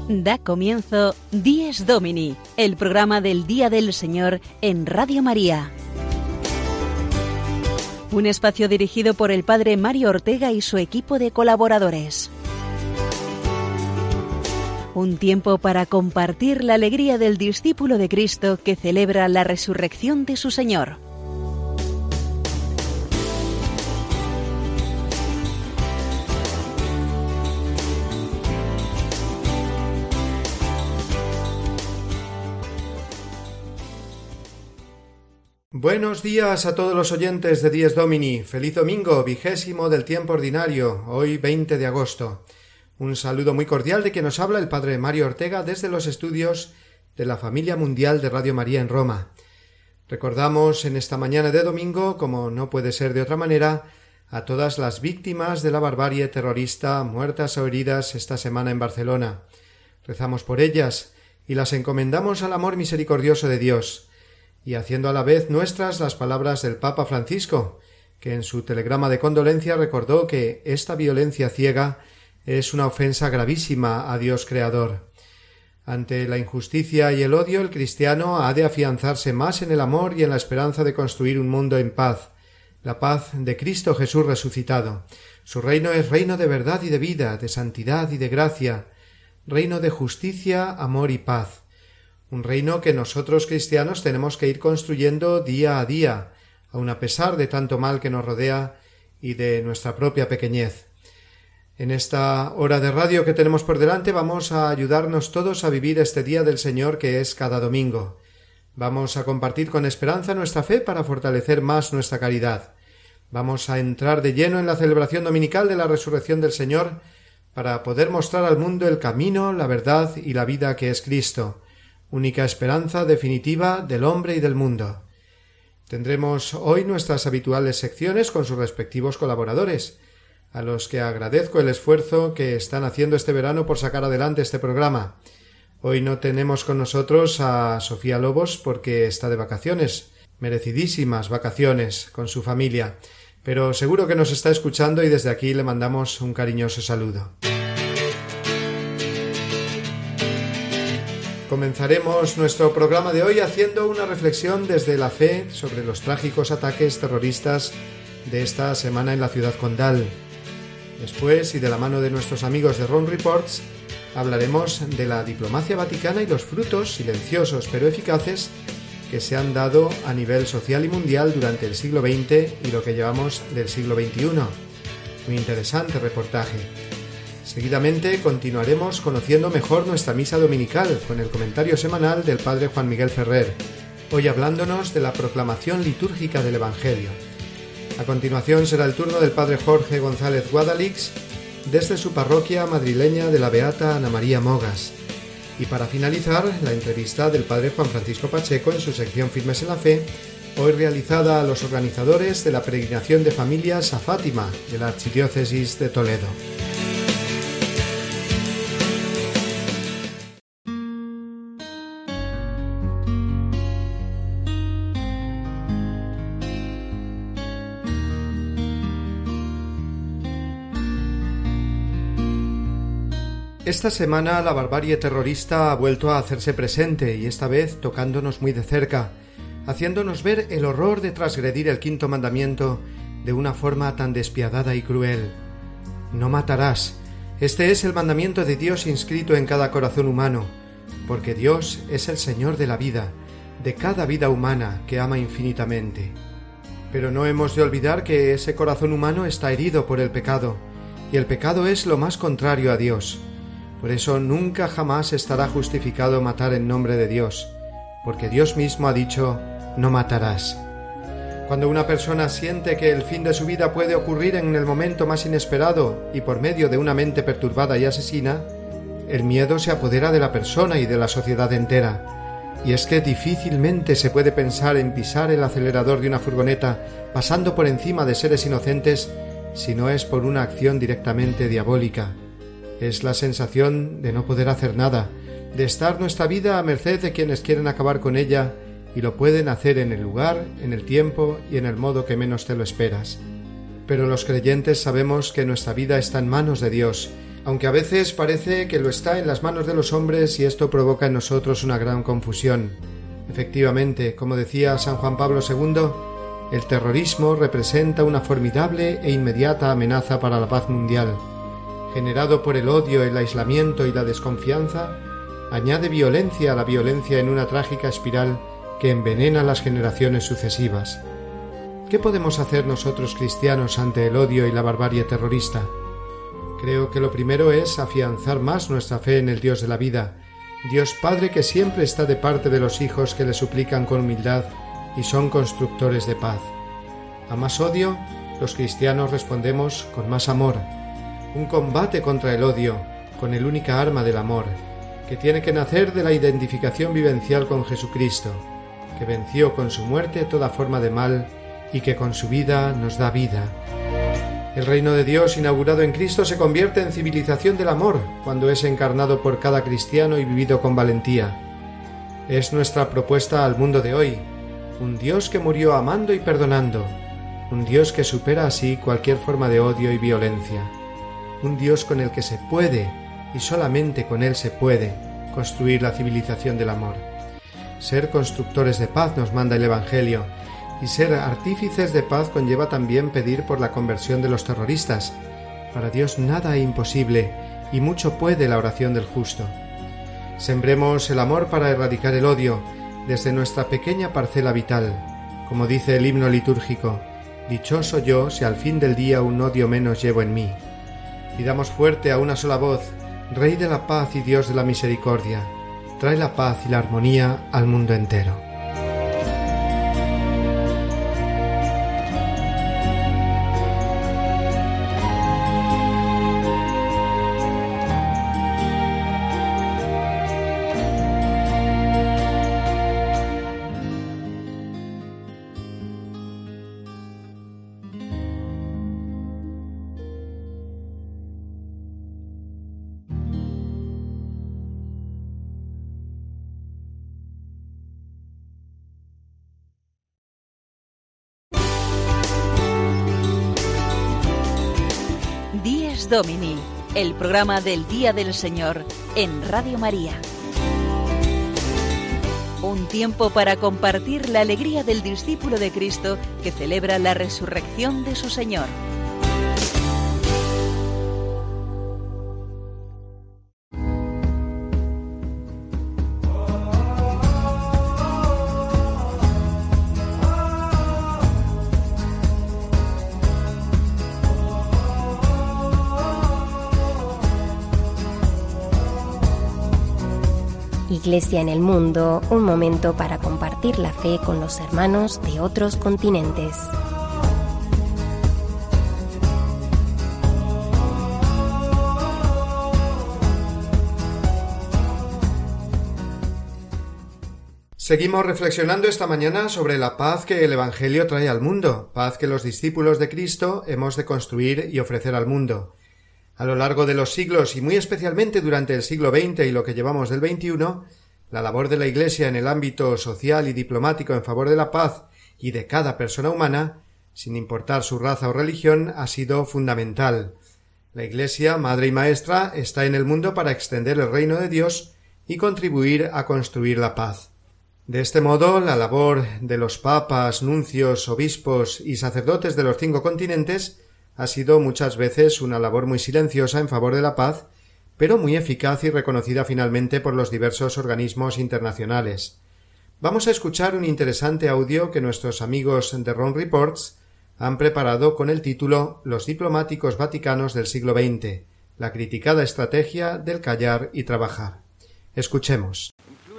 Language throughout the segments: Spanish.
Da comienzo Dies Domini, el programa del Día del Señor en Radio María. Un espacio dirigido por el Padre Mario Ortega y su equipo de colaboradores. Un tiempo para compartir la alegría del discípulo de Cristo que celebra la resurrección de su Señor. Buenos días a todos los oyentes de Dies Domini. Feliz domingo, 20º del tiempo ordinario, hoy 20 de agosto. Un saludo muy cordial de quien nos habla el Padre Mario Ortega desde los estudios de la Familia Mundial de Radio María en Roma. Recordamos en esta mañana de domingo, como no puede ser de otra manera, a todas las víctimas de la barbarie terrorista muertas o heridas esta semana en Barcelona. Rezamos por ellas y las encomendamos al amor misericordioso de Dios, y haciendo a la vez nuestras las palabras del Papa Francisco, que en su telegrama de condolencia recordó que esta violencia ciega es una ofensa gravísima a Dios Creador. Ante la injusticia y el odio, el cristiano ha de afianzarse más en el amor y en la esperanza de construir un mundo en paz, la paz de Cristo Jesús resucitado. Su reino es reino de verdad y de vida, de santidad y de gracia, reino de justicia, amor y paz. Un reino que nosotros cristianos tenemos que ir construyendo día a día, aun a pesar de tanto mal que nos rodea y de nuestra propia pequeñez. En esta hora de radio que tenemos por delante vamos a ayudarnos todos a vivir este día del Señor que es cada domingo. Vamos a compartir con esperanza nuestra fe para fortalecer más nuestra caridad. Vamos a entrar de lleno en la celebración dominical de la resurrección del Señor para poder mostrar al mundo el camino, la verdad y la vida que es Cristo, única esperanza definitiva del hombre y del mundo. Tendremos hoy nuestras habituales secciones con sus respectivos colaboradores, a los que agradezco el esfuerzo que están haciendo este verano por sacar adelante este programa. Hoy no tenemos con nosotros a Sofía Lobos porque está de vacaciones, merecidísimas vacaciones con su familia, pero seguro que nos está escuchando y desde aquí le mandamos un cariñoso saludo. Comenzaremos nuestro programa de hoy haciendo una reflexión desde la fe sobre los trágicos ataques terroristas de esta semana en la ciudad condal. Después, y de la mano de nuestros amigos de Rome Reports, hablaremos de la diplomacia vaticana y los frutos silenciosos pero eficaces que se han dado a nivel social y mundial durante el siglo XX y lo que llevamos del siglo XXI. Muy interesante reportaje. Seguidamente continuaremos conociendo mejor nuestra misa dominical con el comentario semanal del Padre Juan Miguel Ferrer, hoy hablándonos de la proclamación litúrgica del Evangelio. A continuación será el turno del Padre Jorge González Guadalix desde su parroquia madrileña de la Beata Ana María Mogas. Y para finalizar, la entrevista del Padre Juan Francisco Pacheco en su sección Firmes en la Fe, hoy realizada a los organizadores de la peregrinación de familias a Fátima de la Archidiócesis de Toledo. Esta semana la barbarie terrorista ha vuelto a hacerse presente y esta vez tocándonos muy de cerca, haciéndonos ver el horror de transgredir el quinto mandamiento de una forma tan despiadada y cruel. No matarás. Este es el mandamiento de Dios inscrito en cada corazón humano, porque Dios es el Señor de la vida, de cada vida humana que ama infinitamente. Pero no hemos de olvidar que ese corazón humano está herido por el pecado, y el pecado es lo más contrario a Dios. Por eso nunca jamás estará justificado matar en nombre de Dios, porque Dios mismo ha dicho, no matarás. Cuando una persona siente que el fin de su vida puede ocurrir en el momento más inesperado y por medio de una mente perturbada y asesina, el miedo se apodera de la persona y de la sociedad entera. Y es que difícilmente se puede pensar en pisar el acelerador de una furgoneta pasando por encima de seres inocentes si no es por una acción directamente diabólica. Es la sensación de no poder hacer nada, de estar nuestra vida a merced de quienes quieren acabar con ella y lo pueden hacer en el lugar, en el tiempo y en el modo que menos te lo esperas. Pero los creyentes sabemos que nuestra vida está en manos de Dios aunque a veces parece que lo está en las manos de los hombres y esto provoca en nosotros una gran confusión. Efectivamente, como decía San Juan Pablo II, el terrorismo representa una formidable e inmediata amenaza para la paz mundial. Generado por el odio, el aislamiento y la desconfianza, añade violencia a la violencia en una trágica espiral que envenena las generaciones sucesivas. ¿Qué podemos hacer nosotros cristianos ante el odio y la barbarie terrorista? Creo que lo primero es afianzar más nuestra fe en el Dios de la vida, Dios Padre que siempre está de parte de los hijos que le suplican con humildad y son constructores de paz. A más odio, los cristianos respondemos con más amor. Un combate contra el odio, con el única arma del amor, que tiene que nacer de la identificación vivencial con Jesucristo, que venció con su muerte toda forma de mal y que con su vida nos da vida. El reino de Dios inaugurado en Cristo se convierte en civilización del amor cuando es encarnado por cada cristiano y vivido con valentía. Es nuestra propuesta al mundo de hoy, un Dios que murió amando y perdonando, un Dios que supera así cualquier forma de odio y violencia, un Dios con el que se puede, y solamente con él se puede, construir la civilización del amor. Ser constructores de paz nos manda el Evangelio, y ser artífices de paz conlleva también pedir por la conversión de los terroristas. Para Dios nada es imposible, y mucho puede la oración del justo. Sembremos el amor para erradicar el odio, desde nuestra pequeña parcela vital. Como dice el himno litúrgico, dichoso yo si al fin del día un odio menos llevo en mí. Pidamos fuerte a una sola voz, Rey de la paz y Dios de la misericordia, trae la paz y la armonía al mundo entero. Dies Domini, el programa del Día del Señor en Radio María. Un tiempo para compartir la alegría del discípulo de Cristo que celebra la resurrección de su Señor. Iglesia en el mundo, un momento para compartir la fe con los hermanos de otros continentes. Seguimos reflexionando esta mañana sobre la paz que el Evangelio trae al mundo, paz que los discípulos de Cristo hemos de construir y ofrecer al mundo. A lo largo de los siglos y muy especialmente durante el siglo XX y lo que llevamos del XXI, la labor de la Iglesia en el ámbito social y diplomático en favor de la paz y de cada persona humana, sin importar su raza o religión, ha sido fundamental. La Iglesia, madre y maestra, está en el mundo para extender el reino de Dios y contribuir a construir la paz. De este modo, la labor de los papas, nuncios, obispos y sacerdotes de los 5 continentes ha sido muchas veces una labor muy silenciosa en favor de la paz, pero muy eficaz y reconocida finalmente por los diversos organismos internacionales. Vamos a escuchar un interesante audio que nuestros amigos de Rome Reports han preparado con el título Los diplomáticos vaticanos del siglo XX, la criticada estrategia del callar y trabajar. Escuchemos.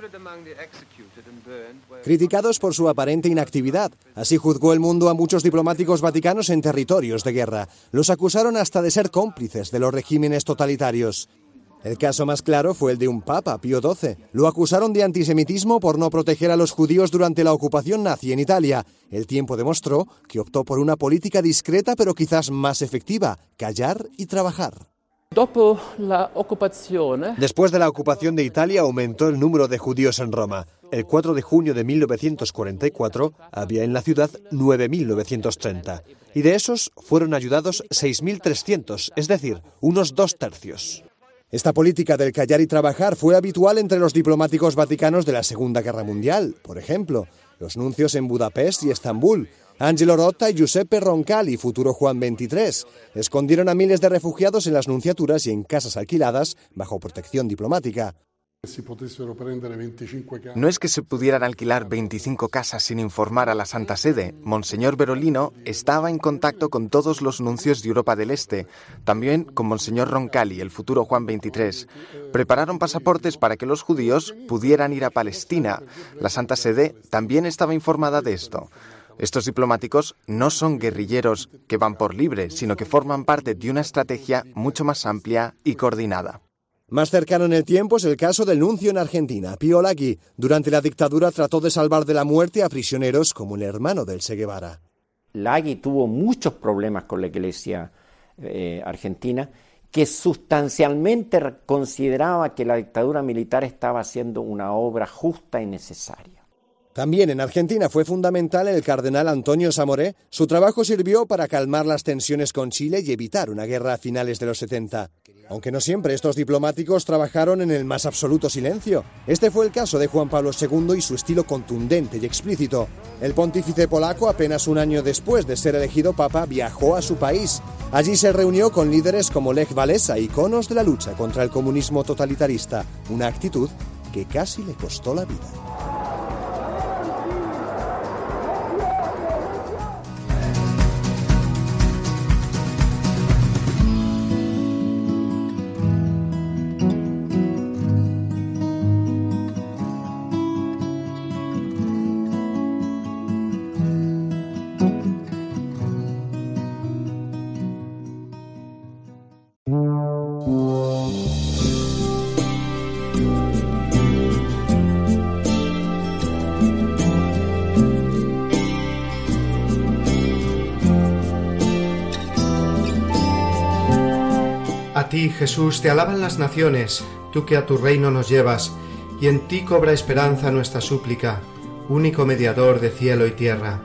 Criticados por su aparente inactividad. Así juzgó el mundo a muchos diplomáticos vaticanos en territorios de guerra. Los acusaron hasta de ser cómplices de los regímenes totalitarios. El caso más claro fue el de un papa, Pío XII. Lo acusaron de antisemitismo por no proteger a los judíos durante la ocupación nazi en Italia. El tiempo demostró que optó por una política discreta pero quizás más efectiva: callar y trabajar. Después de la ocupación de Italia aumentó el número de judíos en Roma. el 4 de junio de 1944 había en la ciudad 9.930 y de esos fueron ayudados 6.300, es decir, unos 2/3. Esta política del callar y trabajar fue habitual entre los diplomáticos vaticanos de la Segunda Guerra Mundial. Por ejemplo, los nuncios en Budapest y Estambul, Angelo Rota y Giuseppe Roncalli, futuro Juan XXIII, escondieron a miles de refugiados en las nunciaturas y en casas alquiladas bajo protección diplomática. No es que se pudieran alquilar 25 casas sin informar a la Santa Sede. Monseñor Berolino estaba en contacto con todos los nuncios de Europa del Este, también con Monseñor Roncalli, el futuro Juan XXIII. Prepararon pasaportes para que los judíos pudieran ir a Palestina. La Santa Sede también estaba informada de esto. Estos diplomáticos no son guerrilleros que van por libre, sino que forman parte de una estrategia mucho más amplia y coordinada. Más cercano en el tiempo es el caso del nuncio en Argentina, Pío Laghi. Durante la dictadura trató de salvar de la muerte a prisioneros como el hermano del Che Guevara. Laghi tuvo muchos problemas con la Iglesia argentina, que sustancialmente consideraba que la dictadura militar estaba haciendo una obra justa y necesaria. También en Argentina fue fundamental el cardenal Antonio Zamoré. Su trabajo sirvió para calmar las tensiones con Chile y evitar una guerra a finales de los 70. Aunque no siempre estos diplomáticos trabajaron en el más absoluto silencio. Este fue el caso de Juan Pablo II y su estilo contundente y explícito. El pontífice polaco, apenas un año después de ser elegido papa, viajó a su país. Allí se reunió con líderes como Lech Walesa, iconos de la lucha contra el comunismo totalitarista, una actitud que casi le costó la vida. A ti, Jesús, te alaban las naciones, tú que a tu reino nos llevas, y en ti cobra esperanza nuestra súplica, único mediador de cielo y tierra.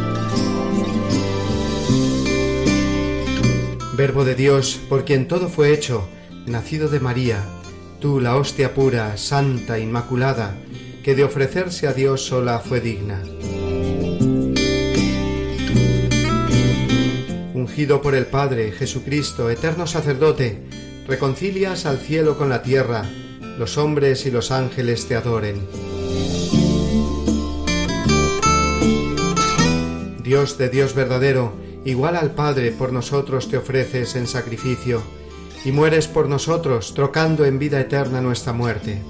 Verbo de Dios, por quien todo fue hecho, nacido de María, tú, la hostia pura, santa, inmaculada, que de ofrecerse a Dios sola fue digna. Ungido por el Padre, Jesucristo, eterno sacerdote, reconcilias al cielo con la tierra, los hombres y los ángeles te adoren. Dios de Dios verdadero, igual al Padre por nosotros te ofreces en sacrificio, y mueres por nosotros, trocando en vida eterna nuestra muerte.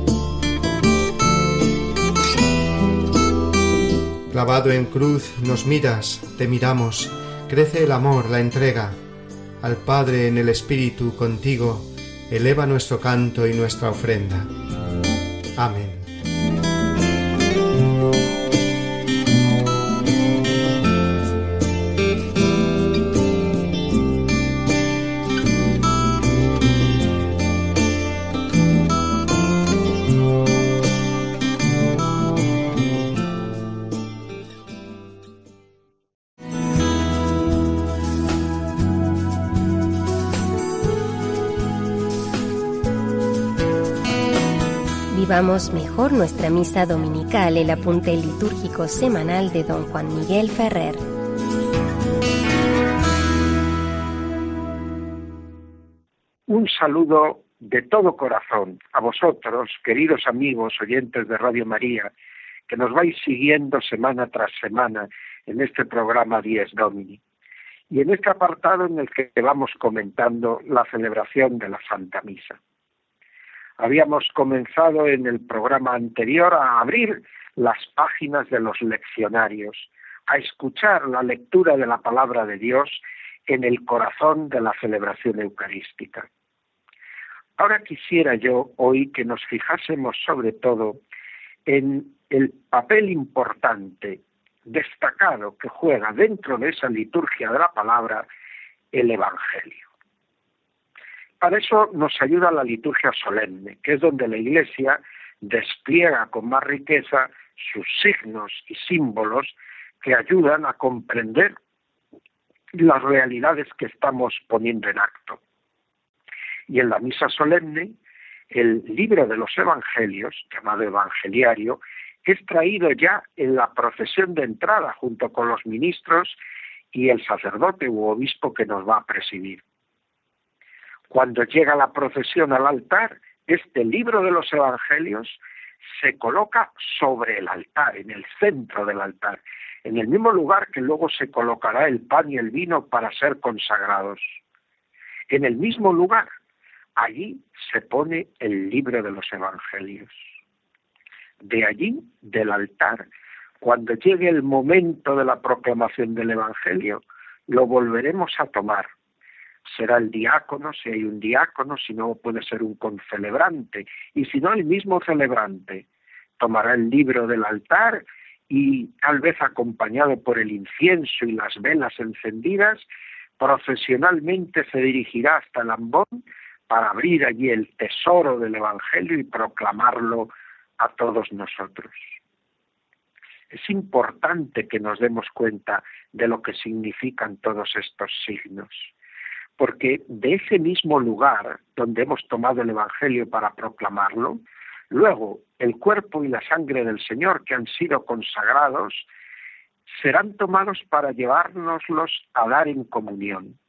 Clavado en cruz nos miras, te miramos, crece el amor, la entrega. Al Padre en el Espíritu contigo, eleva nuestro canto y nuestra ofrenda. Amén. Vivamos mejor nuestra misa dominical, el apunte litúrgico semanal de don Juan Miguel Ferrer. Un saludo de todo corazón a vosotros, queridos amigos oyentes de Radio María, que nos vais siguiendo semana tras semana en este programa Dies Domini. Y en este apartado en el que vamos comentando la celebración de la Santa Misa. Habíamos comenzado en el programa anterior a abrir las páginas de los leccionarios, a escuchar la lectura de la palabra de Dios en el corazón de la celebración eucarística. Ahora quisiera yo hoy que nos fijásemos sobre todo en el papel importante, destacado que juega dentro de esa liturgia de la palabra el Evangelio. Para eso nos ayuda la liturgia solemne, que es donde la Iglesia despliega con más riqueza sus signos y símbolos que ayudan a comprender las realidades que estamos poniendo en acto. Y en la misa solemne, el libro de los evangelios, llamado evangeliario, es traído ya en la procesión de entrada junto con los ministros y el sacerdote u obispo que nos va a presidir. Cuando llega la procesión al altar, este libro de los evangelios se coloca sobre el altar, en el centro del altar, en el mismo lugar que luego se colocará el pan y el vino para ser consagrados. En el mismo lugar, allí se pone el libro de los evangelios. De allí, del altar, cuando llegue el momento de la proclamación del evangelio, lo volveremos a tomar. Será el diácono, si hay un diácono, si no puede ser un concelebrante, y si no el mismo celebrante, tomará el libro del altar y tal vez acompañado por el incienso y las velas encendidas, procesionalmente se dirigirá hasta el ambón para abrir allí el tesoro del evangelio y proclamarlo a todos nosotros. Es importante que nos demos cuenta de lo que significan todos estos signos, porque de ese mismo lugar donde hemos tomado el evangelio para proclamarlo, luego el cuerpo y la sangre del Señor que han sido consagrados serán tomados para llevárnoslos a dar en comunión.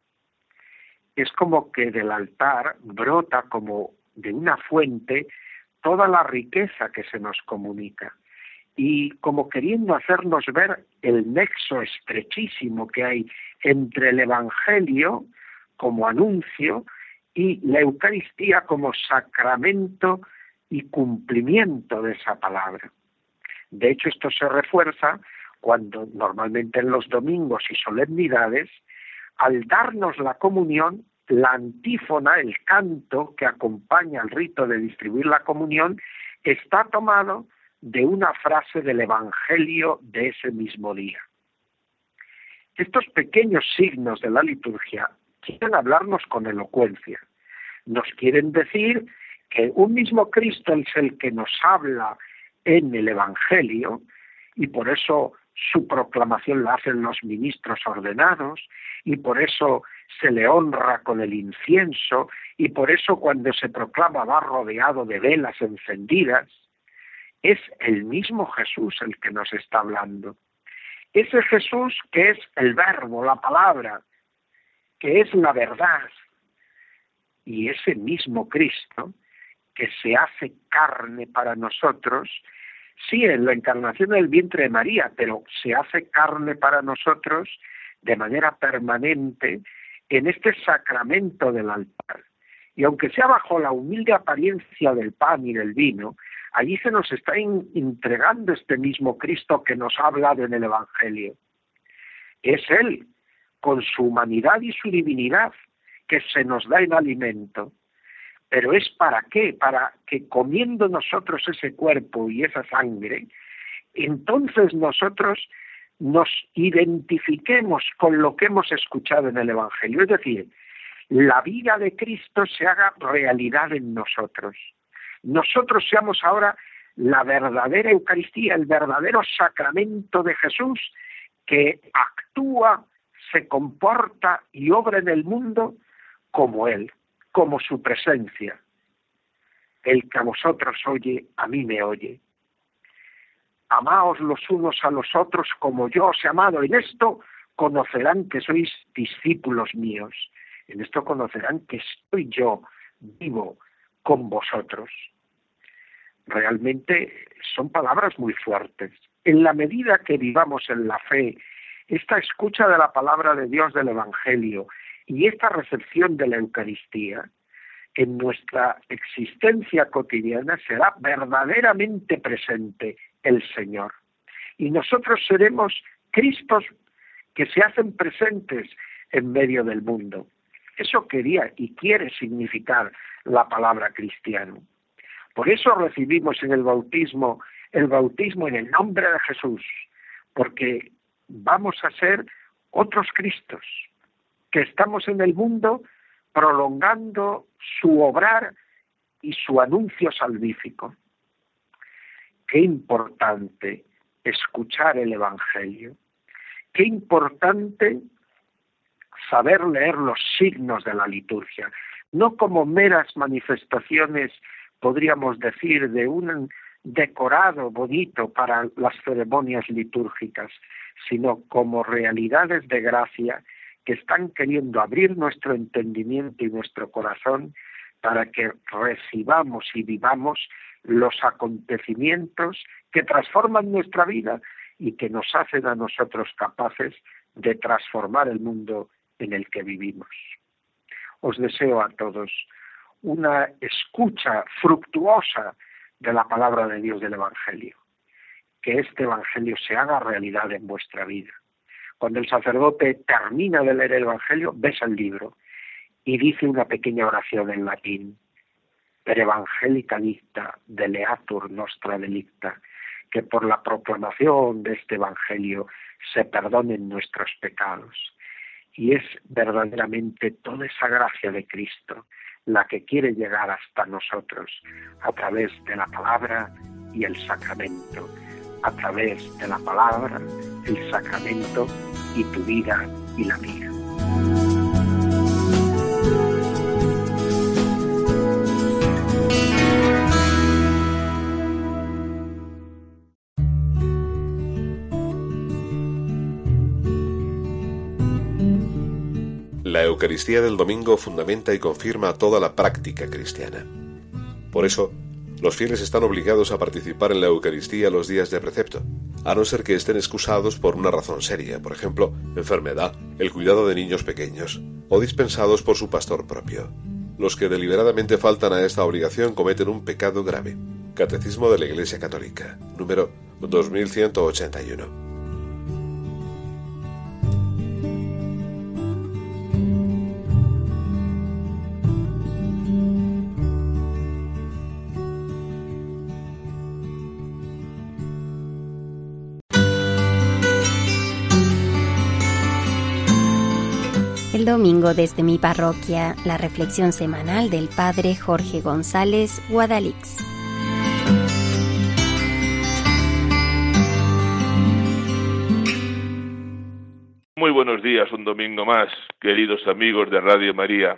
Es como que del altar brota como de una fuente toda la riqueza que se nos comunica y como queriendo hacernos ver el nexo estrechísimo que hay entre el Evangelio como anuncio y la Eucaristía como sacramento y cumplimiento de esa palabra. De hecho, esto se refuerza cuando normalmente en los domingos y solemnidades, al darnos la comunión, la antífona, el canto que acompaña al rito de distribuir la comunión, está tomado de una frase del Evangelio de ese mismo día. Estos pequeños signos de la liturgia quieren hablarnos con elocuencia. Nos quieren decir que un mismo Cristo es el que nos habla en el Evangelio y por eso su proclamación la hacen los ministros ordenados y por eso se le honra con el incienso y por eso cuando se proclama va rodeado de velas encendidas. Es el mismo Jesús el que nos está hablando. Ese Jesús que es el verbo, la palabra, que es la verdad. Y ese mismo Cristo que se hace carne para nosotros, sí, en la encarnación del vientre de María, pero se hace carne para nosotros de manera permanente en este sacramento del altar. Y aunque sea bajo la humilde apariencia del pan y del vino, allí se nos está entregando este mismo Cristo que nos ha hablado en el Evangelio. Es Él, con su humanidad y su divinidad, que se nos da en alimento. ¿Pero es para qué? Para que comiendo nosotros ese cuerpo y esa sangre, entonces nosotros nos identifiquemos con lo que hemos escuchado en el Evangelio. Es decir, la vida de Cristo se haga realidad en nosotros. Nosotros seamos ahora la verdadera Eucaristía, el verdadero sacramento de Jesús que actúa, se comporta y obra en el mundo como Él, como su presencia. El que a vosotros oye, a mí me oye. Amaos los unos a los otros como yo os he amado. En esto conocerán que sois discípulos míos. En esto conocerán que estoy yo vivo con vosotros. Realmente son palabras muy fuertes. En la medida que vivamos en la fe, esta escucha de la palabra de Dios del Evangelio y esta recepción de la Eucaristía, en nuestra existencia cotidiana será verdaderamente presente el Señor. Y nosotros seremos Cristos que se hacen presentes en medio del mundo. Eso quería y quiere significar la palabra cristiano. Por eso recibimos en el bautismo en el nombre de Jesús, porque vamos a ser otros Cristos, que estamos en el mundo prolongando su obrar y su anuncio salvífico. qué importante escuchar el Evangelio, qué importante saber leer los signos de la liturgia, no como meras manifestaciones, podríamos decir, de un decorado bonito para las ceremonias litúrgicas, sino como realidades de gracia que están queriendo abrir nuestro entendimiento y nuestro corazón para que recibamos y vivamos los acontecimientos que transforman nuestra vida y que nos hacen a nosotros capaces de transformar el mundo en el que vivimos. Os deseo a todos una escucha fructuosa de la palabra de Dios del Evangelio, que este Evangelio se haga realidad en vuestra vida. Cuando el sacerdote termina de leer el Evangelio, besa el libro y dice una pequeña oración en latín: per evangelica dicta deleatur nostra delicta, que por la proclamación de este Evangelio se perdonen nuestros pecados. Y es verdaderamente toda esa gracia de Cristo la que quiere llegar hasta nosotros a través de la palabra y el sacramento, a través de la palabra, el sacramento y tu vida y la mía. La Eucaristía del domingo fundamenta y confirma toda la práctica cristiana. Por eso, los fieles están obligados a participar en la Eucaristía los días de precepto, a no ser que estén excusados por una razón seria, por ejemplo, enfermedad, el cuidado de niños pequeños, o dispensados por su pastor propio. Los que deliberadamente faltan a esta obligación cometen un pecado grave. Catecismo de la Iglesia Católica, número 2181. El domingo desde mi parroquia, la reflexión semanal del Padre Jorge González Guadalix. Muy buenos días, un domingo más, queridos amigos de Radio María.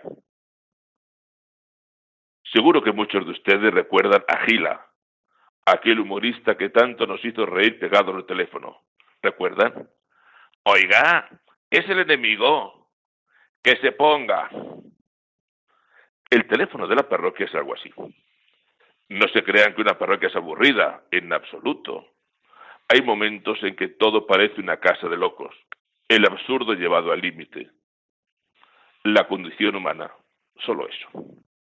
Seguro que muchos de ustedes recuerdan a Gila, aquel humorista que tanto nos hizo reír pegado en el teléfono. ¿Recuerdan? Oiga, es el enemigo. ¡Que se ponga! El teléfono de la parroquia es algo así. No se crean que una parroquia es aburrida, en absoluto. Hay momentos en que todo parece una casa de locos, el absurdo llevado al límite. La condición humana, solo eso.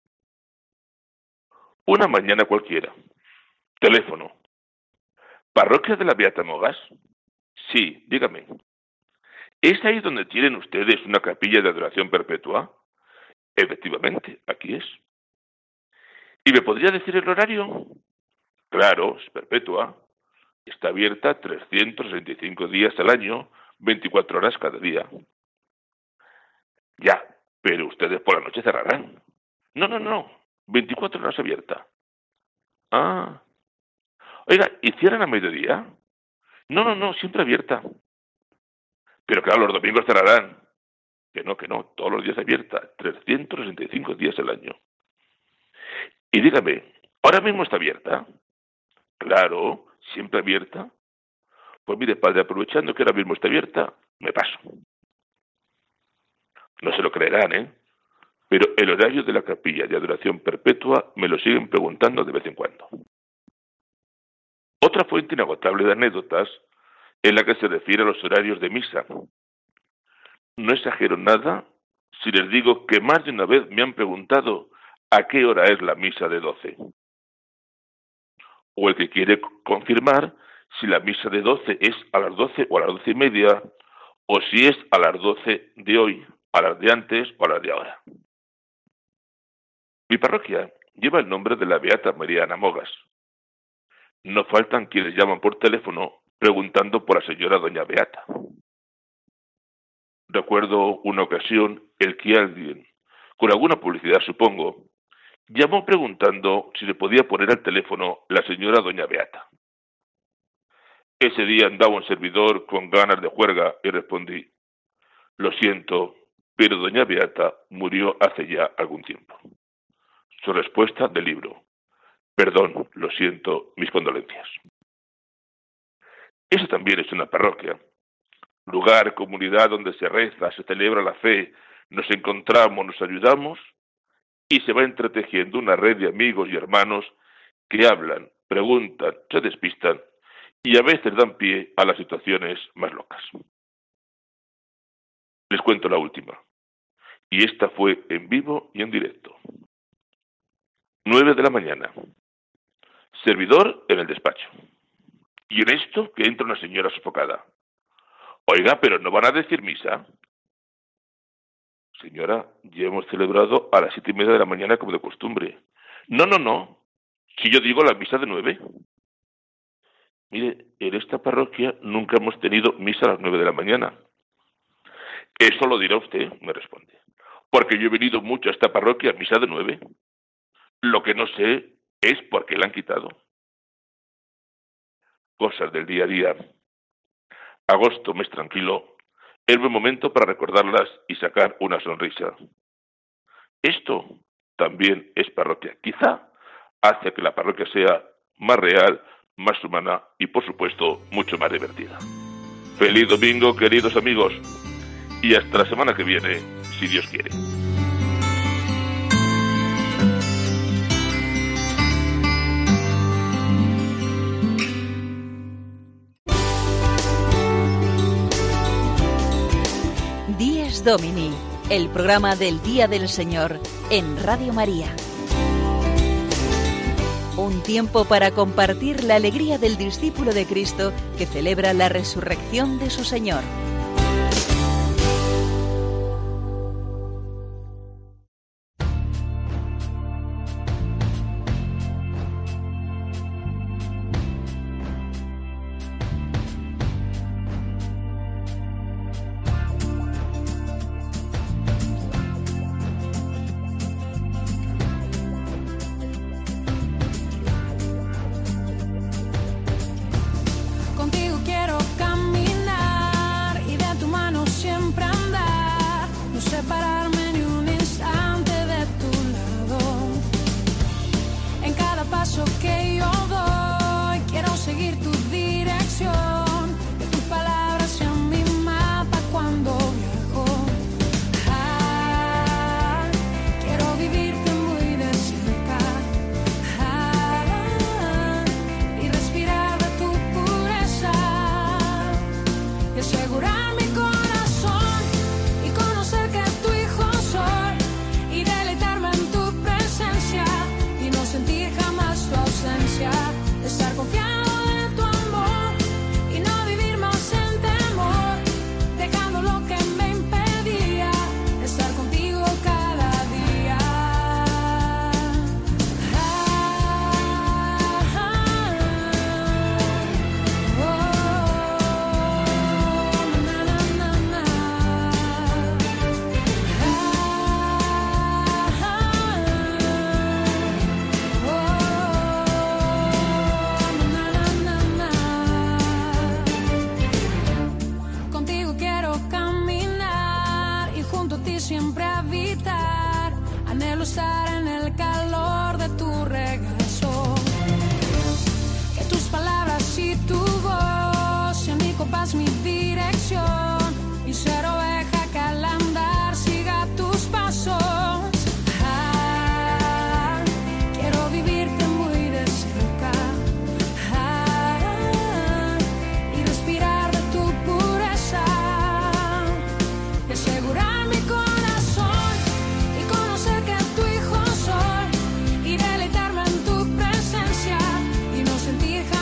Una mañana cualquiera. Teléfono. ¿Parroquia de la Beata Mogas? Sí, dígame. ¿Es ahí donde tienen ustedes una capilla de adoración perpetua? Efectivamente, aquí es. ¿Y me podría decir el horario? Claro, es perpetua. Está abierta 365 días al año, 24 horas cada día. Ya, pero ustedes por la noche cerrarán. No, 24 horas abierta. Ah. Oiga, ¿y cierran a mediodía? No, siempre abierta. Pero claro, los domingos cerrarán. Que no, todos los días abierta, 365 días al año. Y dígame, ¿ahora mismo está abierta? Claro, siempre abierta. Pues mire, padre, aprovechando que ahora mismo está abierta, me paso. No se lo creerán, ¿eh? Pero el horario de la capilla de adoración perpetua me lo siguen preguntando de vez en cuando. Otra fuente inagotable de anécdotas en la que se refiere a los horarios de misa. No exagero nada si les digo que más de una vez me han preguntado a qué hora es la misa de 12. O el que quiere confirmar si la misa de 12 es a las 12 o a las 12:30, o si es a las 12 de hoy, a las de antes o a las de ahora. Mi parroquia lleva el nombre de la Beata María Ana Mogas. No faltan quienes llaman por teléfono preguntando por la señora doña Beata. Recuerdo una ocasión el que alguien, con alguna publicidad supongo, llamó preguntando si le podía poner al teléfono la señora doña Beata. Ese día andaba un servidor con ganas de juerga y respondí: lo siento, pero doña Beata murió hace ya algún tiempo. Su respuesta del libro: perdón, lo siento, mis condolencias. Eso también es una parroquia, lugar, comunidad donde se reza, se celebra la fe, nos encontramos, nos ayudamos y se va entretejiendo una red de amigos y hermanos que hablan, preguntan, se despistan y a veces dan pie a las situaciones más locas. Les cuento la última, y esta fue en vivo y en directo. 9 de la mañana, servidor en el despacho, y en esto que entra una señora sofocada. Oiga, pero ¿no van a decir misa? Señora, ya hemos celebrado a las 7:30 de la mañana como de costumbre. No. Si yo digo la misa de 9. Mire, en esta parroquia nunca hemos tenido misa a las 9 de la mañana. Eso lo dirá usted, me responde. Porque yo he venido mucho a esta parroquia a misa de 9. Lo que no sé es por qué la han quitado. Cosas del día a día. Agosto, mes tranquilo, es buen momento para recordarlas y sacar una sonrisa. Esto también es parroquia. Quizá hace que la parroquia sea más real, más humana y, por supuesto, mucho más divertida. Feliz domingo, queridos amigos, y hasta la semana que viene, si Dios quiere. Dies Domini, el programa del Día del Señor en Radio María. Un tiempo para compartir la alegría del discípulo de Cristo que celebra la resurrección de su Señor.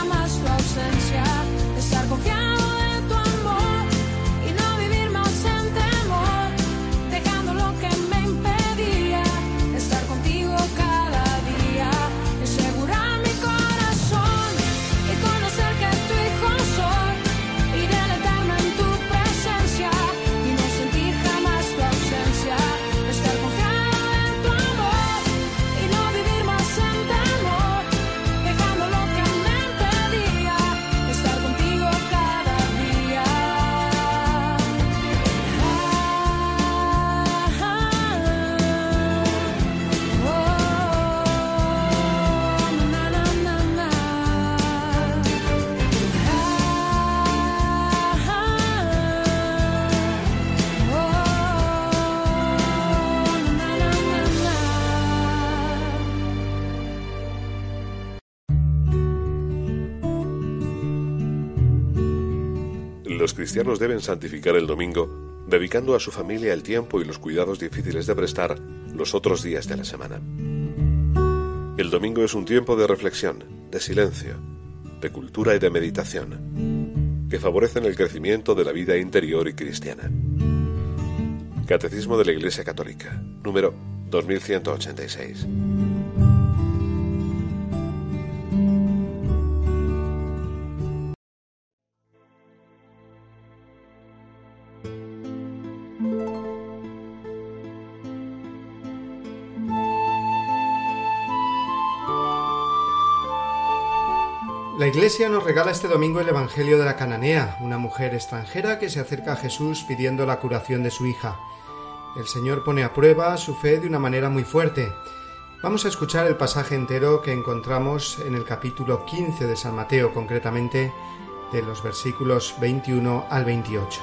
Estar confiado en tu amor y no vivir más en cristianos deben santificar el domingo, dedicando a su familia el tiempo y los cuidados difíciles de prestar los otros días de la semana. El domingo es un tiempo de reflexión, de silencio, de cultura y de meditación, que favorecen el crecimiento de la vida interior y cristiana. Catecismo de la Iglesia Católica, número 2186. La Iglesia nos regala este domingo el Evangelio de la cananea, una mujer extranjera que se acerca a Jesús pidiendo la curación de su hija. El Señor pone a prueba su fe de una manera muy fuerte. Vamos a escuchar el pasaje entero que encontramos en el capítulo 15 de San Mateo, concretamente de los versículos 21 al 28.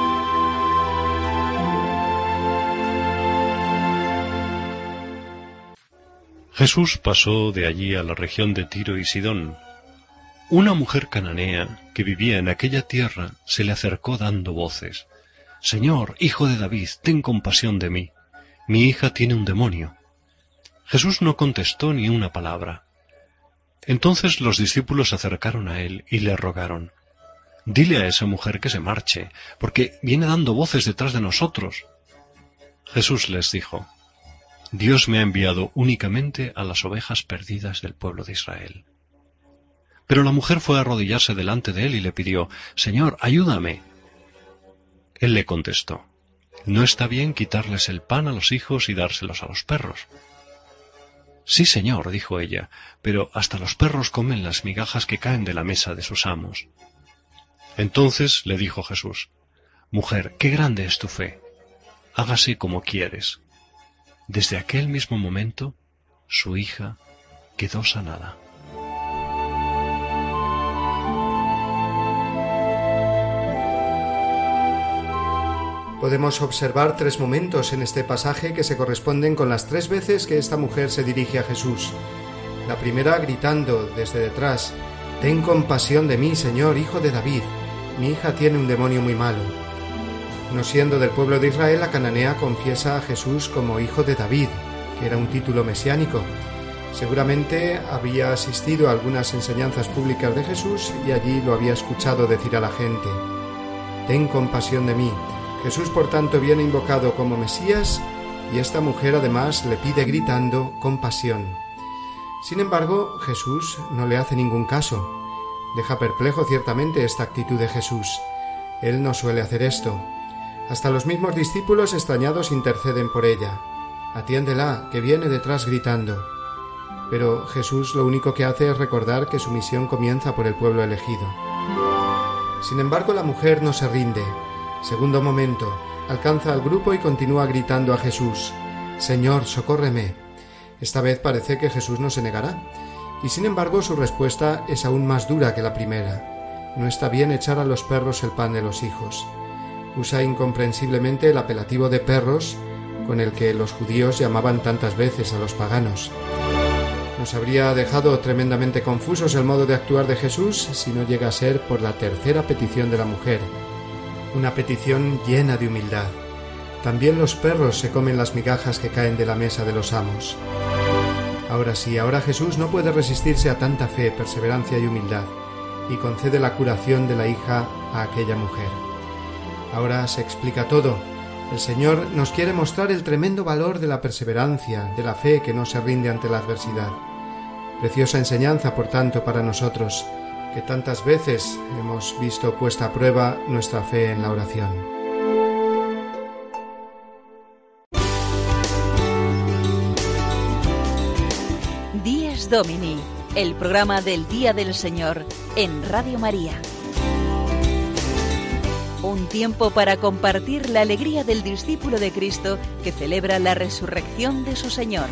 Jesús pasó de allí a la región de Tiro y Sidón. Una mujer cananea que vivía en aquella tierra se le acercó dando voces: «Señor, hijo de David, ten compasión de mí. Mi hija tiene un demonio». Jesús no contestó ni una palabra. Entonces los discípulos se acercaron a él y le rogaron: «Dile a esa mujer que se marche, porque viene dando voces detrás de nosotros». Jesús les dijo: «Dios me ha enviado únicamente a las ovejas perdidas del pueblo de Israel». Pero la mujer fue a arrodillarse delante de él y le pidió: «Señor, ayúdame». Él le contestó: «No está bien quitarles el pan a los hijos y dárselos a los perros». «Sí, Señor», dijo ella, «pero hasta los perros comen las migajas que caen de la mesa de sus amos». Entonces le dijo Jesús: «Mujer, qué grande es tu fe. Hágase como quieres». Desde aquel mismo momento, su hija quedó sanada. Podemos observar 3 momentos en este pasaje que se corresponden con las 3 veces que esta mujer se dirige a Jesús. La primera gritando desde detrás: «Ten compasión de mí, Señor, hijo de David. Mi hija tiene un demonio muy malo». No siendo del pueblo de Israel, la cananea confiesa a Jesús como hijo de David, que era un título mesiánico. Seguramente había asistido a algunas enseñanzas públicas de Jesús y allí lo había escuchado decir a la gente: «Ten compasión de mí». Jesús, por tanto, viene invocado como Mesías y esta mujer además le pide gritando compasión. Sin embargo, Jesús no le hace ningún caso. Deja perplejo ciertamente esta actitud de Jesús. Él no suele hacer esto. Hasta los mismos discípulos extrañados interceden por ella. «Atiéndela, que viene detrás gritando». Pero Jesús lo único que hace es recordar que su misión comienza por el pueblo elegido. Sin embargo, la mujer no se rinde. Segundo momento, alcanza al grupo y continúa gritando a Jesús: «Señor, socórreme». Esta vez parece que Jesús no se negará, y sin embargo su respuesta es aún más dura que la primera. No está bien echar a los perros el pan de los hijos. Usa incomprensiblemente el apelativo de perros con el que los judíos llamaban tantas veces a los paganos. Nos habría dejado tremendamente confusos el modo de actuar de Jesús si no llega a ser por la tercera petición de la mujer. Una petición llena de humildad. También los perros se comen las migajas que caen de la mesa de los amos. Ahora sí, ahora Jesús no puede resistirse a tanta fe, perseverancia y humildad, y concede la curación de la hija a aquella mujer. Ahora se explica todo. El Señor nos quiere mostrar el tremendo valor de la perseverancia, de la fe que no se rinde ante la adversidad. Preciosa enseñanza, por tanto, para nosotros, que tantas veces hemos visto puesta a prueba nuestra fe en la oración. Dies Domini, el programa del Día del Señor en Radio María. Un tiempo para compartir la alegría del discípulo de Cristo que celebra la resurrección de su Señor.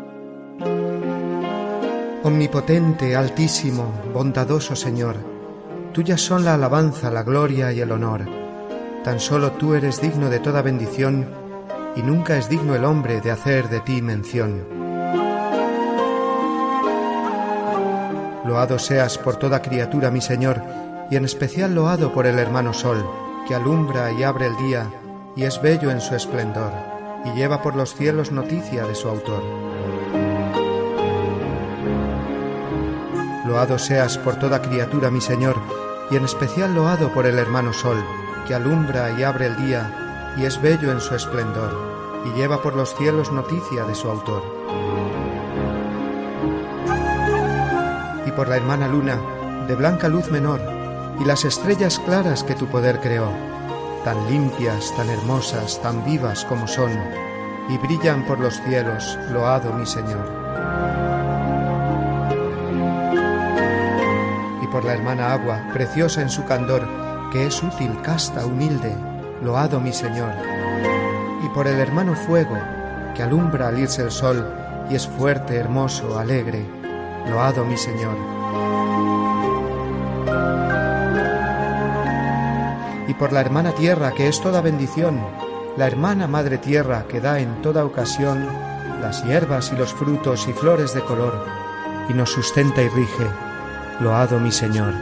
Omnipotente, altísimo, bondadoso Señor, Tuyas son la alabanza, la gloria y el honor. Tan solo tú eres digno de toda bendición, y nunca es digno el hombre de hacer de ti mención. Loado seas por toda criatura, mi Señor, y en especial loado por el hermano Sol, que alumbra y abre el día, y es bello en su esplendor, y lleva por los cielos noticia de su autor. Loado seas por toda criatura, mi Señor, y en especial loado por el hermano Sol, que alumbra y abre el día, y es bello en su esplendor, y lleva por los cielos noticia de su autor. Y por la hermana Luna, de blanca luz menor, y las estrellas claras que tu poder creó, tan limpias, tan hermosas, tan vivas como son, y brillan por los cielos, loado mi Señor. Y por la hermana Agua, preciosa en su candor, que es útil, casta, humilde, loado mi Señor. Y por el hermano Fuego, que alumbra al irse el sol, y es fuerte, hermoso, alegre, loado mi Señor. Y por la hermana Tierra, que es toda bendición, la hermana Madre Tierra, que da en toda ocasión las hierbas y los frutos y flores de color, y nos sustenta y rige, loado mi Señor.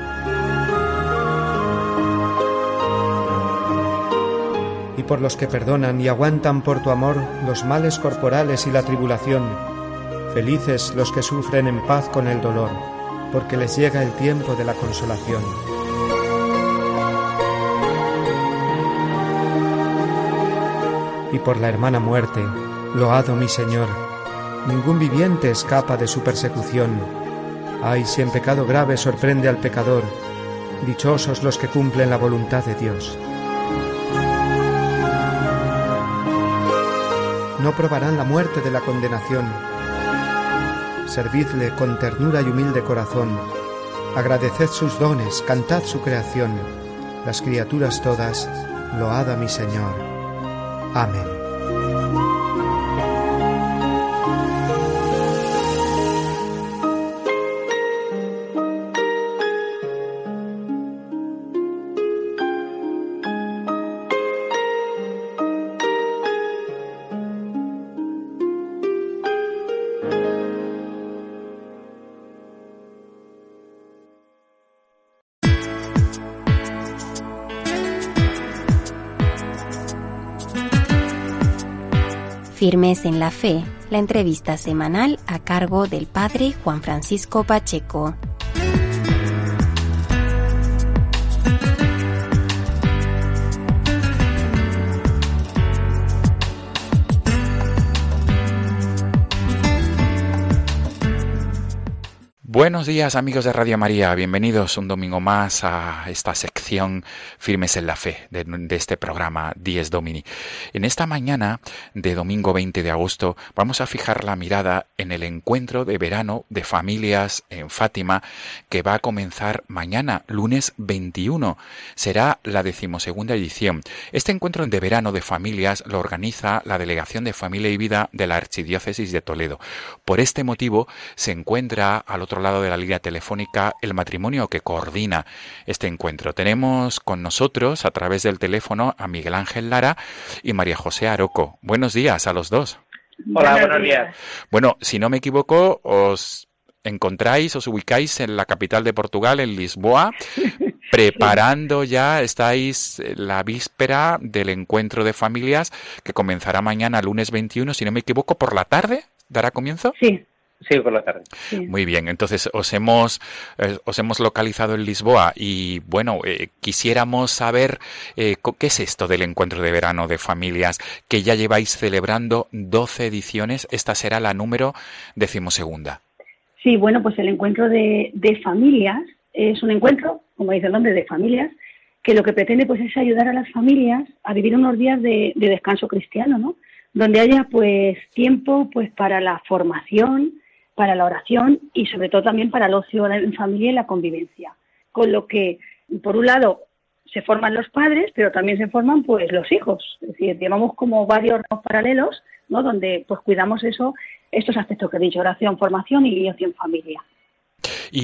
Y por los que perdonan y aguantan por tu amor los males corporales y la tribulación, felices los que sufren en paz con el dolor, porque les llega el tiempo de la consolación. Y por la hermana Muerte, loado mi Señor, ningún viviente escapa de su persecución. Ay, si en pecado grave sorprende al pecador, dichosos los que cumplen la voluntad de Dios. No probarán la muerte de la condenación. Servidle con ternura y humilde corazón. Agradeced sus dones, cantad su creación. Las criaturas todas, load a mi Señor. Amén. Firmes en la Fe, la entrevista semanal a cargo del Padre Juan Francisco Pacheco. Buenos días amigos de Radio María, bienvenidos un domingo más a esta sección Firmes en la Fe de este programa Dies Domini. En esta mañana de domingo 20 de agosto vamos a fijar la mirada en el encuentro de verano de familias en Fátima que va a comenzar mañana, lunes 21. Será la 12ª edición. Este encuentro de verano de familias lo organiza la Delegación de Familia y Vida de la Archidiócesis de Toledo. Por este motivo se encuentra al otro lado de la línea telefónica el matrimonio que coordina este encuentro. Tenemos con nosotros a través del teléfono a Miguel Ángel Lara y María José Aroco. Buenos días a los dos. Hola, buenos días. Bueno, si no me equivoco, os ubicáis en la capital de Portugal, en Lisboa, preparando ya, estáis la víspera del encuentro de familias que comenzará mañana, lunes 21, si no me equivoco, por la tarde, ¿dará comienzo? Sí, por la tarde. Sí. Muy bien, entonces os hemos localizado en Lisboa y bueno, quisiéramos saber qué es esto del encuentro de verano de familias que ya lleváis celebrando 12 ediciones, esta será la número 12ª. Sí, bueno, pues el encuentro de familias es un encuentro, como dice el nombre, de familias, que lo que pretende pues es ayudar a las familias a vivir unos días de descanso cristiano, ¿no? Donde haya pues tiempo pues para la formación, para la oración y sobre todo también para el ocio en familia y la convivencia. Con lo que, por un lado, se forman los padres, pero también se forman pues los hijos. Es decir, llevamos como varios paralelos, ¿no? Donde pues cuidamos estos aspectos que he dicho, oración, formación y ocio en familia. Y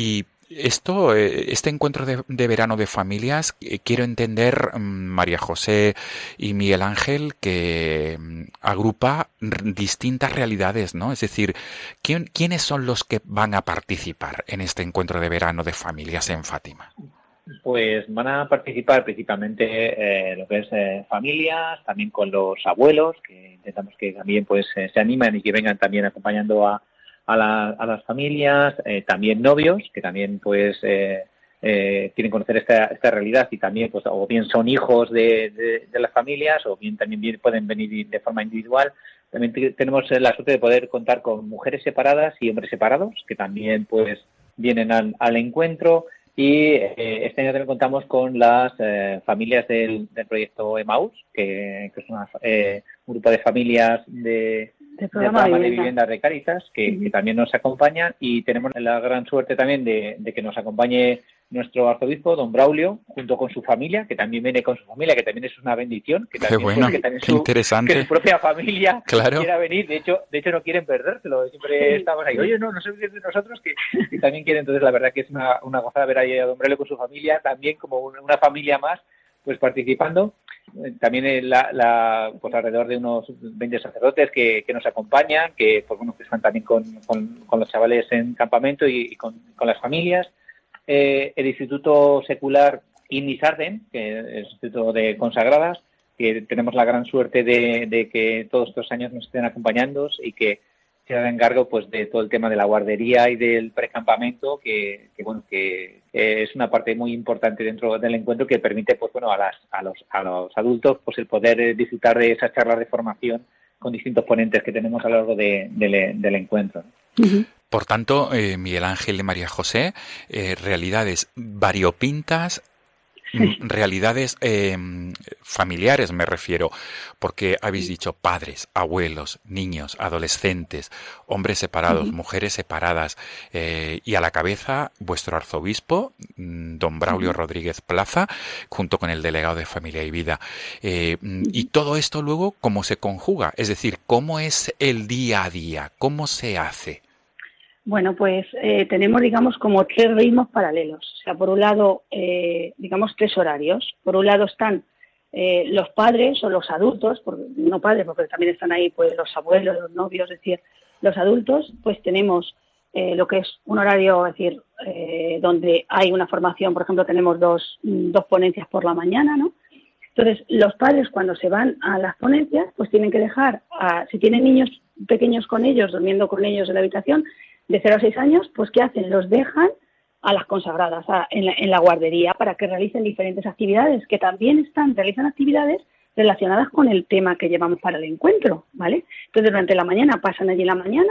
Este encuentro de verano de familias, quiero entender, María José y Miguel Ángel, que agrupa distintas realidades, ¿no? Es decir, ¿quiénes son los que van a participar en este encuentro de verano de familias en Fátima? Pues van a participar principalmente lo que es familias, también con los abuelos, que intentamos que también pues se animen y que vengan también acompañando a las familias, también novios, que también pues quieren conocer esta realidad y también pues o bien son hijos de las familias o bien también pueden venir de forma individual. También tenemos la suerte de poder contar con mujeres separadas y hombres separados, que también pues vienen al encuentro. Y este año también contamos con las familias del proyecto Emmaus, que es un grupo de familias del programa de vivienda de Cáritas, que también nos acompañan, y tenemos la gran suerte también de que nos acompañe nuestro arzobispo, don Braulio, junto con su familia, que también viene con su familia, que también es una bendición, que también, qué bueno, que también qué interesante. Que su propia familia claro. quiera venir. De hecho no quieren perdérselo, siempre estamos ahí, oye, no sé qué es de nosotros, que también quieren. Entonces la verdad que es una gozada ver ahí a don Braulio con su familia, también como una familia más, pues participando. También pues alrededor de unos 20 sacerdotes que nos acompañan, que pues bueno, que están también con los chavales en campamento y con las familias. El Instituto Secular Innisarden, que es el Instituto de Consagradas, que tenemos la gran suerte de que todos estos años nos estén acompañando y que se haga encargo pues de todo el tema de la guardería y del precampamento, que es una parte muy importante dentro del encuentro, que permite pues bueno a los adultos pues el poder disfrutar de esas charlas de formación con distintos ponentes que tenemos a lo largo del encuentro. Uh-huh. Por tanto, Miguel Ángel y María José, realidades variopintas, realidades familiares me refiero, porque habéis dicho padres, abuelos, niños, adolescentes, hombres separados, mujeres separadas, y a la cabeza vuestro arzobispo, don Braulio Rodríguez Plaza, junto con el delegado de Familia y Vida. Y todo esto luego, ¿cómo se conjuga? Es decir, ¿cómo es el día a día? ¿Cómo se hace? Bueno, pues tenemos, digamos, como 3 ritmos paralelos. O sea, por un lado, digamos, 3 horarios. Por un lado están los padres o los adultos, no padres, porque también están ahí pues los abuelos, los novios, es decir, los adultos. Pues tenemos lo que es un horario, es decir, donde hay una formación. Por ejemplo, tenemos dos ponencias por la mañana, ¿no? Entonces, los padres cuando se van a las ponencias, pues tienen que dejar, si tienen niños pequeños con ellos, durmiendo con ellos en la habitación, de 0 a 6 años, pues ¿qué hacen? Los dejan a las consagradas, en la guardería, para que realicen diferentes actividades, que también realizan actividades relacionadas con el tema que llevamos para el encuentro, ¿vale? Entonces durante la mañana pasan allí la mañana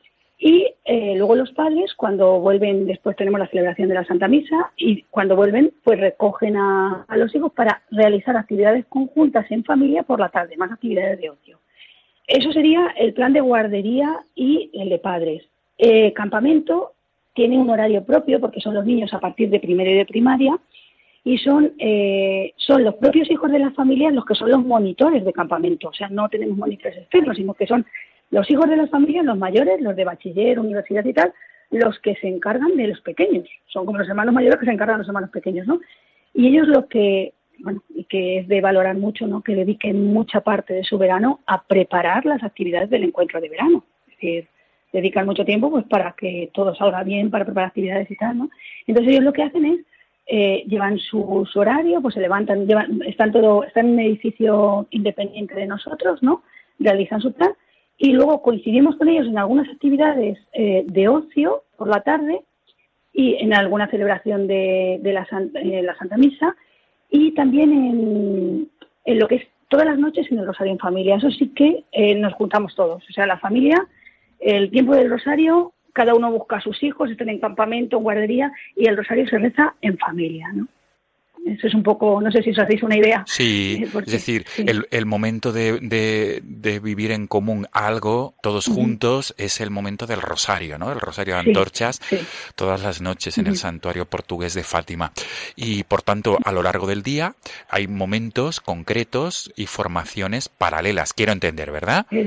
y luego los padres, cuando vuelven, después tenemos la celebración de la Santa Misa, y cuando vuelven pues recogen a los hijos para realizar actividades conjuntas en familia por la tarde, más actividades de ocio. Eso sería el plan de guardería y el de padres. Campamento tiene un horario propio porque son los niños a partir de primero y de primaria, y son los propios hijos de las familias los que son los monitores de campamento. O sea, no tenemos monitores externos, sino que son los hijos de las familias, los mayores, los de bachiller, universidad y tal, los que se encargan de los pequeños. Son como los hermanos mayores que se encargan de los hermanos pequeños, ¿no? Y ellos lo que, bueno, y que es de valorar mucho, ¿no?, que dediquen mucha parte de su verano a preparar las actividades del encuentro de verano. Es decir, dedican mucho tiempo pues para que todo salga bien, para preparar actividades y tal, ¿no? Entonces ellos lo que hacen es llevan su horario, pues se levantan, están en un edificio independiente de nosotros, ¿no? Realizan su plan y luego coincidimos con ellos en algunas actividades de ocio por la tarde y en alguna celebración de la Santa Misa, y también en lo que es todas las noches en el Rosario en familia. Eso sí que nos juntamos todos, o sea, la familia. El tiempo del rosario, cada uno busca a sus hijos, están en campamento, en guardería, y el rosario se reza en familia, ¿no? Eso es un poco, no sé si os hacéis una idea. Sí, porque, es decir, sí. El momento de vivir en común algo, todos juntos, es el momento del rosario, ¿no? El rosario de antorchas, todas las noches en el santuario portugués de Fátima. Y, por tanto, a lo largo del día hay momentos concretos y formaciones paralelas. Quiero entender, ¿verdad? Eso es.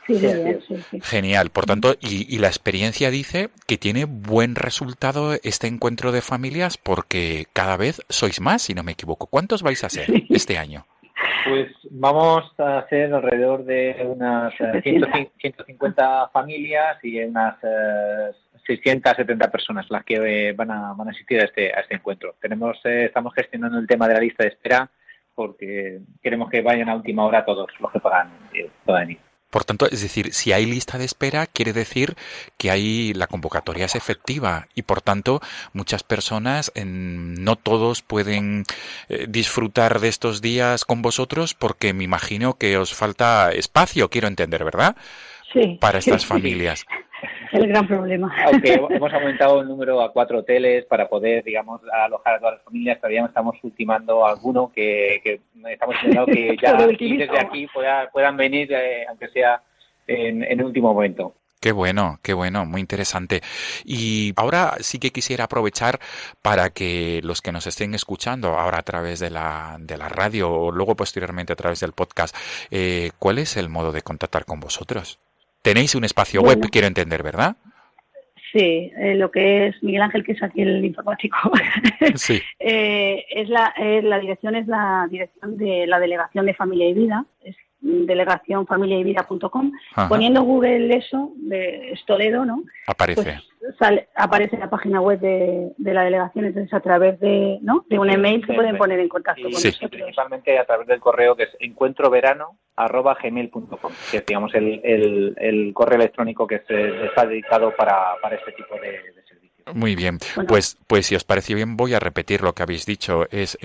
Sí, bien, sí. Genial. Por tanto, y la experiencia dice que tiene buen resultado este encuentro de familias porque cada vez sois más, si no me equivoco. ¿Cuántos vais a ser este año? Pues vamos a hacer alrededor de unas 150 familias y unas 670 personas las que van a asistir a este encuentro. Estamos gestionando el tema de la lista de espera porque queremos que vayan a última hora todos los que puedan ir. Por tanto, es decir, si hay lista de espera, quiere decir que la convocatoria es efectiva y, por tanto, muchas personas, no todos pueden disfrutar de estos días con vosotros porque me imagino que os falta espacio, quiero entender, ¿verdad? Sí. Para estas familias. El gran problema. Aunque hemos aumentado el número a 4 hoteles para poder, digamos, alojar a todas las familias, todavía estamos ultimando alguno que estamos intentando que ya desde aquí puedan venir, aunque sea en el último momento. Qué bueno, muy interesante. Y ahora sí que quisiera aprovechar para que los que nos estén escuchando ahora a través de la radio o luego posteriormente a través del podcast, ¿cuál es el modo de contactar con vosotros? Tenéis un espacio web, quiero entender, ¿verdad? Sí, lo que es Miguel Ángel, que es aquí el informático. Sí. La dirección es la dirección de la Delegación de Familia y Vida, es delegacionfamiliayvida.com. Poniendo Google eso, es Toledo, ¿no? Aparece. Pues aparece la página web de la delegación, entonces a través de un email se pueden poner en contacto con nosotros. Principalmente a través del correo que es encuentroverano@gmail.com, que es, digamos, el correo electrónico que está dedicado para este tipo de servicios. Muy bien, bueno, pues si os parece bien voy a repetir lo que habéis dicho, es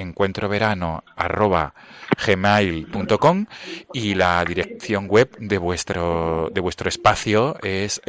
encuentroverano@gmail.com y la dirección web de vuestro espacio es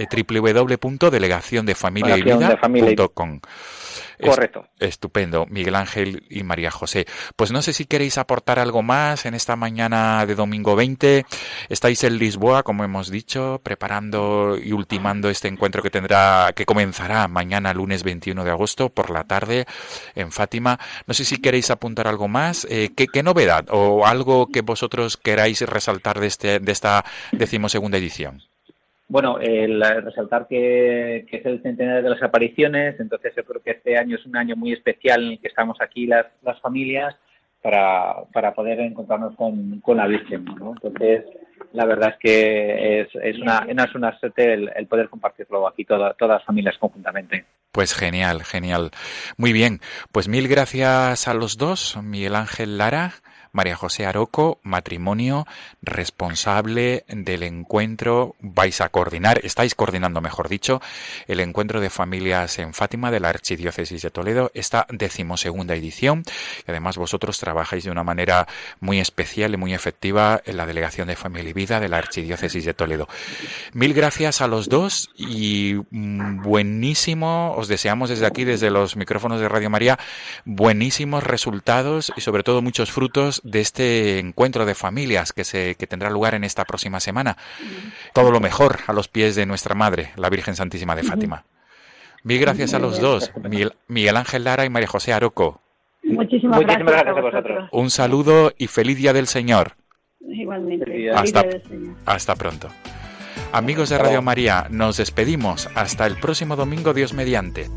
www.delegaciondefamiliayvida.com. Correcto. Estupendo, Miguel Ángel y María José. Pues no sé si queréis aportar algo más en esta mañana de domingo 20. Estáis en Lisboa, como hemos dicho, preparando y ultimando este encuentro que comenzará mañana, lunes 21 de agosto, por la tarde, en Fátima. No sé si queréis apuntar algo más. ¿Qué novedad o algo que vosotros queráis resaltar de esta 12ª edición? Bueno, resaltar que es el centenario de las apariciones, entonces yo creo que este año es un año muy especial en el que estamos aquí las familias para poder encontrarnos con la Virgen, ¿no? Entonces, la verdad es que es una suerte el poder compartirlo aquí todas las familias conjuntamente. Pues genial. Muy bien, pues mil gracias a los dos, Miguel Ángel Lara, María José Aroco, matrimonio, responsable del encuentro, estáis coordinando, mejor dicho, el encuentro de familias en Fátima de la Archidiócesis de Toledo, esta 12ª edición, y además vosotros trabajáis de una manera muy especial y muy efectiva en la Delegación de Familia y Vida de la Archidiócesis de Toledo. Mil gracias a los dos y buenísimo, os deseamos desde aquí, desde los micrófonos de Radio María, buenísimos resultados y sobre todo muchos frutos de este encuentro de familias que tendrá lugar en esta próxima semana. Todo lo mejor a los pies de nuestra Madre, la Virgen Santísima de Fátima. Mil gracias a los dos, Miguel Ángel Lara y María José Aroco. Muchísimas gracias a vosotros. Un saludo y feliz Día del Señor. Igualmente. Hasta pronto. Amigos de Radio María, nos despedimos. Hasta el próximo domingo, Dios mediante.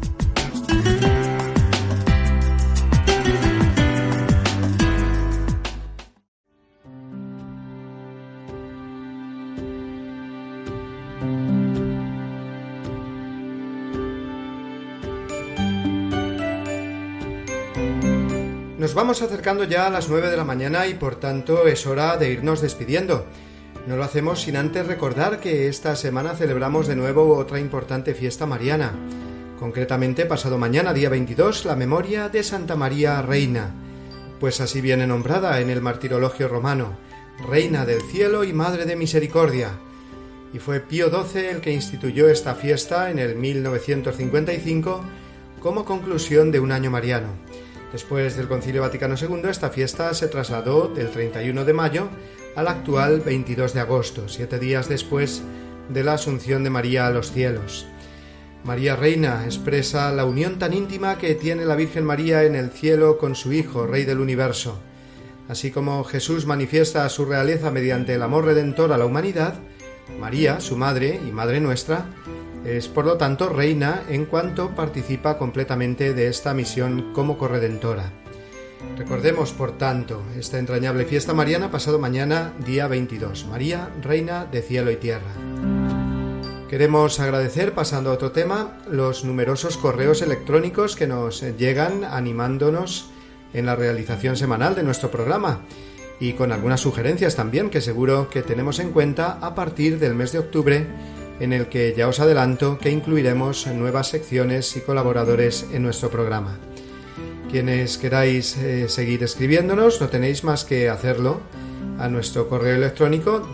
Nos vamos acercando ya a las 9 de la mañana y por tanto es hora de irnos despidiendo. No lo hacemos sin antes recordar que esta semana celebramos de nuevo otra importante fiesta mariana. Concretamente pasado mañana, día 22, la memoria de Santa María Reina, pues así viene nombrada en el martirologio romano, Reina del Cielo y Madre de Misericordia. Y fue Pío XII el que instituyó esta fiesta en el 1955 como conclusión de un año mariano. Después del Concilio Vaticano II, esta fiesta se trasladó del 31 de mayo al actual 22 de agosto, 7 días después de la Asunción de María a los cielos. María Reina expresa la unión tan íntima que tiene la Virgen María en el cielo con su Hijo, Rey del Universo. Así como Jesús manifiesta su realeza mediante el amor redentor a la humanidad, María, su madre y madre nuestra, es por lo tanto reina en cuanto participa completamente de esta misión como corredentora. Recordemos, por tanto, esta entrañable fiesta mariana pasado mañana, día 22. María, reina de cielo y tierra. Queremos agradecer, pasando a otro tema, los numerosos correos electrónicos que nos llegan animándonos en la realización semanal de nuestro programa y con algunas sugerencias también que seguro que tenemos en cuenta a partir del mes de octubre, en el que ya os adelanto que incluiremos nuevas secciones y colaboradores en nuestro programa. Quienes queráis seguir escribiéndonos, no tenéis más que hacerlo a nuestro correo electrónico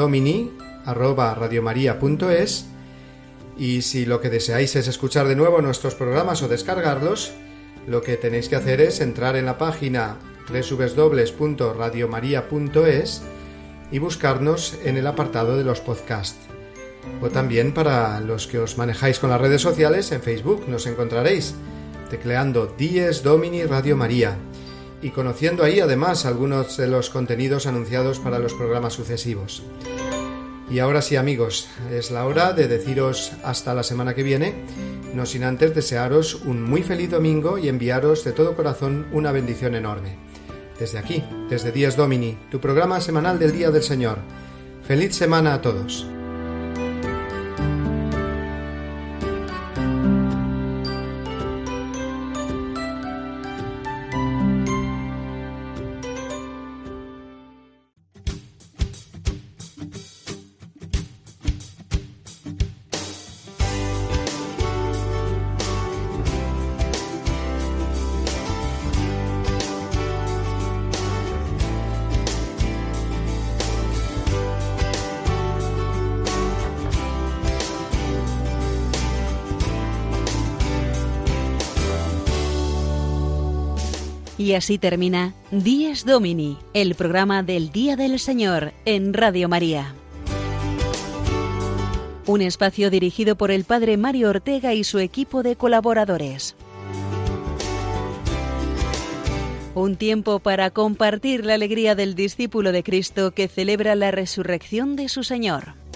diesdomini@radiomaria.es, y si lo que deseáis es escuchar de nuevo nuestros programas o descargarlos, lo que tenéis que hacer es entrar en la página www.radiomaria.es y buscarnos en el apartado de los podcasts. O también, para los que os manejáis con las redes sociales, en Facebook nos encontraréis tecleando Dies Domini Radio María y conociendo ahí además algunos de los contenidos anunciados para los programas sucesivos. Y ahora sí, amigos, es la hora de deciros hasta la semana que viene, no sin antes desearos un muy feliz domingo y enviaros de todo corazón una bendición enorme. Desde aquí, desde Dies Domini, tu programa semanal del Día del Señor. ¡Feliz semana a todos! Y así termina Dies Domini, el programa del Día del Señor en Radio María. Un espacio dirigido por el Padre Mario Ortega y su equipo de colaboradores. Un tiempo para compartir la alegría del discípulo de Cristo que celebra la resurrección de su Señor.